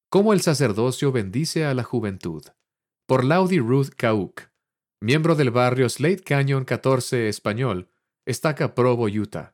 Cómo el sacerdocio bendice a la juventud. Por Laudy Ruth Kauk, miembro del barrio Slate Canyon 14 español, Estaca Provo, Utah.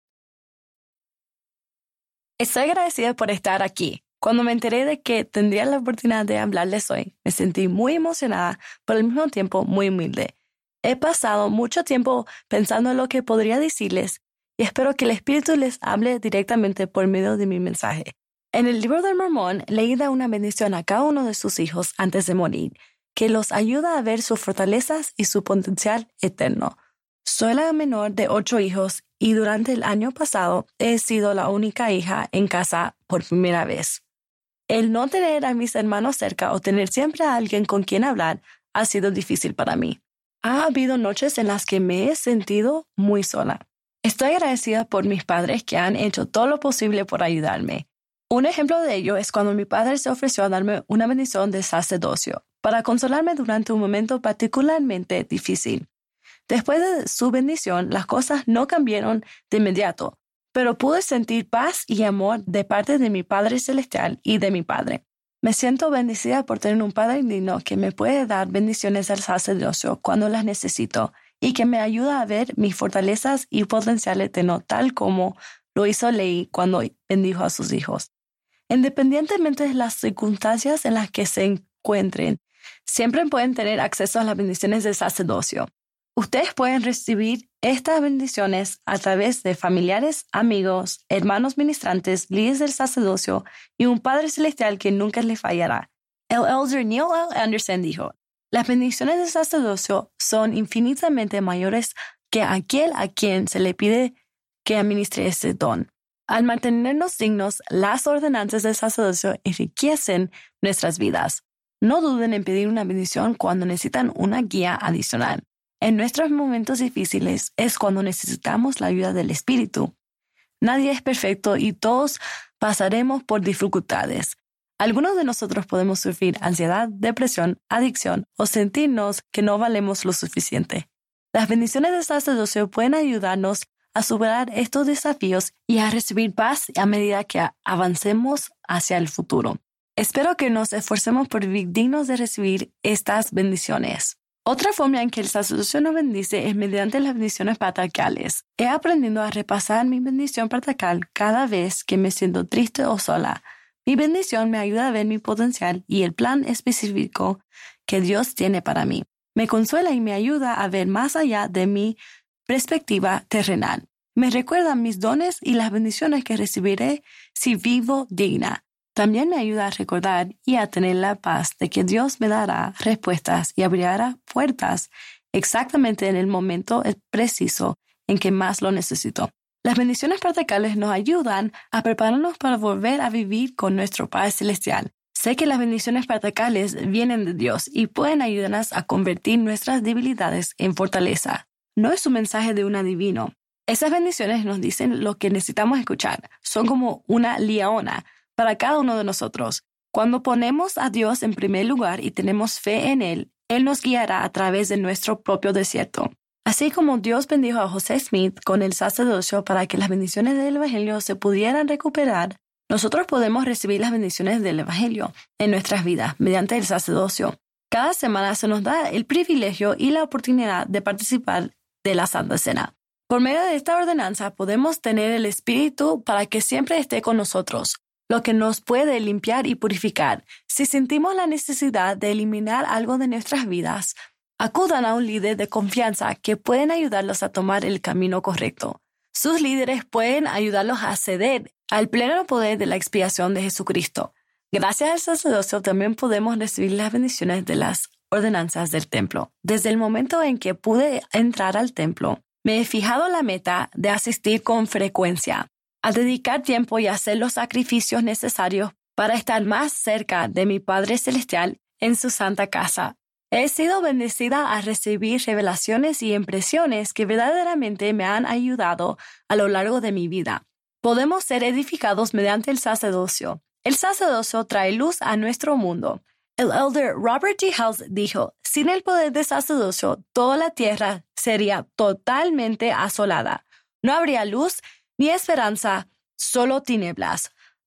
Estoy agradecida por estar aquí. Cuando me enteré de que tendría la oportunidad de hablarles hoy, me sentí muy emocionada, pero al mismo tiempo muy humilde. He pasado mucho tiempo pensando en lo que podría decirles y espero que el Espíritu les hable directamente por medio de mi mensaje. En el libro del Mormón, le da una bendición a cada uno de sus hijos antes de morir, que los ayuda a ver sus fortalezas y su potencial eterno. Soy la menor de 8 hijos y durante el año pasado he sido la única hija en casa por primera vez. El no tener a mis hermanos cerca o tener siempre a alguien con quien hablar ha sido difícil para mí. Ha habido noches en las que me he sentido muy sola. Estoy agradecida por mis padres que han hecho todo lo posible por ayudarme. Un ejemplo de ello es cuando mi padre se ofreció a darme una bendición de sacerdocio para consolarme durante un momento particularmente difícil. Después de su bendición, las cosas no cambiaron de inmediato, pero pude sentir paz y amor de parte de mi Padre Celestial y de mi Padre. Me siento bendecida por tener un Padre digno que me puede dar bendiciones al sacerdocio cuando las necesito y que me ayuda a ver mis fortalezas y potencial eterno tal como lo hizo Leí cuando bendijo a sus hijos. Independientemente de las circunstancias en las que se encuentren, siempre pueden tener acceso a las bendiciones del sacerdocio. Ustedes pueden recibir estas bendiciones a través de familiares, amigos, hermanos ministrantes, líderes del sacerdocio y un Padre Celestial que nunca les fallará. El elder Neil L. Anderson dijo, las bendiciones del sacerdocio son infinitamente mayores que aquel a quien se le pide que administre ese don. Al mantenernos dignos, las ordenanzas del sacerdocio enriquecen nuestras vidas. No duden en pedir una bendición cuando necesitan una guía adicional. En nuestros momentos difíciles es cuando necesitamos la ayuda del Espíritu. Nadie es perfecto y todos pasaremos por dificultades. Algunos de nosotros podemos sufrir ansiedad, depresión, adicción o sentirnos que no valemos lo suficiente. Las bendiciones del sacerdocio pueden ayudarnos a superar estos desafíos y a recibir paz a medida que avancemos hacia el futuro. Espero que nos esforcemos por vivir dignos de recibir estas bendiciones. Otra forma en que el sacerdocio nos bendice es mediante las bendiciones patriarcales. He aprendido a repasar mi bendición patriarcal cada vez que me siento triste o sola. Mi bendición me ayuda a ver mi potencial y el plan específico que Dios tiene para mí. Me consuela y me ayuda a ver más allá de mi perspectiva terrenal. Me recuerda mis dones y las bendiciones que recibiré si vivo digna. También me ayuda a recordar y a tener la paz de que Dios me dará respuestas y abrirá puertas exactamente en el momento preciso en que más lo necesito. Las bendiciones patriarcales nos ayudan a prepararnos para volver a vivir con nuestro Padre Celestial. Sé que las bendiciones patriarcales vienen de Dios y pueden ayudarnos a convertir nuestras debilidades en fortaleza. No es un mensaje de un adivino. Esas bendiciones nos dicen lo que necesitamos escuchar. Son como una liaona para cada uno de nosotros. Cuando ponemos a Dios en primer lugar y tenemos fe en Él, Él nos guiará a través de nuestro propio desierto. Así como Dios bendijo a José Smith con el sacerdocio para que las bendiciones del Evangelio se pudieran recuperar, nosotros podemos recibir las bendiciones del Evangelio en nuestras vidas mediante el sacerdocio. Cada semana se nos da el privilegio y la oportunidad de participar de la Santa Cena. Por medio de esta ordenanza podemos tener el Espíritu para que siempre esté con nosotros, lo que nos puede limpiar y purificar. Si sentimos la necesidad de eliminar algo de nuestras vidas, acudan a un líder de confianza que pueden ayudarlos a tomar el camino correcto. Sus líderes pueden ayudarlos a acceder al pleno poder de la expiación de Jesucristo. Gracias al sacerdocio también podemos recibir las bendiciones de las ordenanzas del templo. Desde el momento en que pude entrar al templo, me he fijado la meta de asistir con frecuencia, a dedicar tiempo y hacer los sacrificios necesarios para estar más cerca de mi Padre Celestial en su santa casa. He sido bendecida a recibir revelaciones y impresiones que verdaderamente me han ayudado a lo largo de mi vida. Podemos ser edificados mediante el sacerdocio. El sacerdocio trae luz a nuestro mundo. El elder Robert T. Hales dijo, sin el poder del sacerdocio, toda la tierra sería totalmente asolada. No habría luz ni esperanza, solo tinieblas.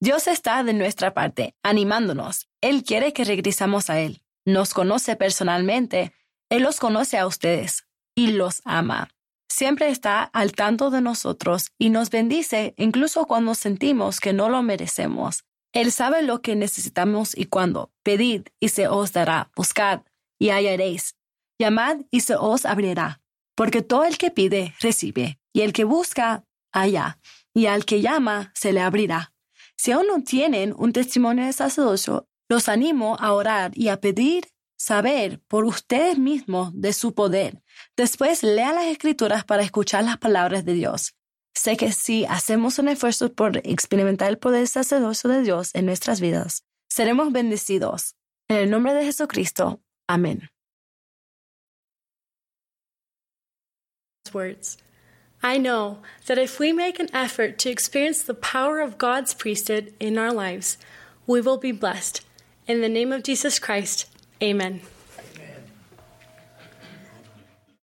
Dios está de nuestra parte, animándonos. Él quiere que regresemos a Él. Nos conoce personalmente. Él los conoce a ustedes y los ama. Siempre está al tanto de nosotros y nos bendice incluso cuando sentimos que no lo merecemos. Él sabe lo que necesitamos y cuándo. Pedid y se os dará. Buscad y hallaréis. Llamad y se os abrirá. Porque todo el que pide, recibe. Y el que busca, halla. Y al que llama, se le abrirá. Si aún no tienen un testimonio de sacerdocio, los animo a orar y a pedir saber por ustedes mismos de su poder. Después lean las Escrituras para escuchar las palabras de Dios. Sé que si hacemos un esfuerzo por experimentar el poder sacerdocio de Dios en nuestras vidas, seremos bendecidos. En el nombre de Jesucristo. Amén. Words. I know that if we make an effort to experience the power of God's priesthood in our lives, we will be blessed. In the name of Jesus Christ, amen.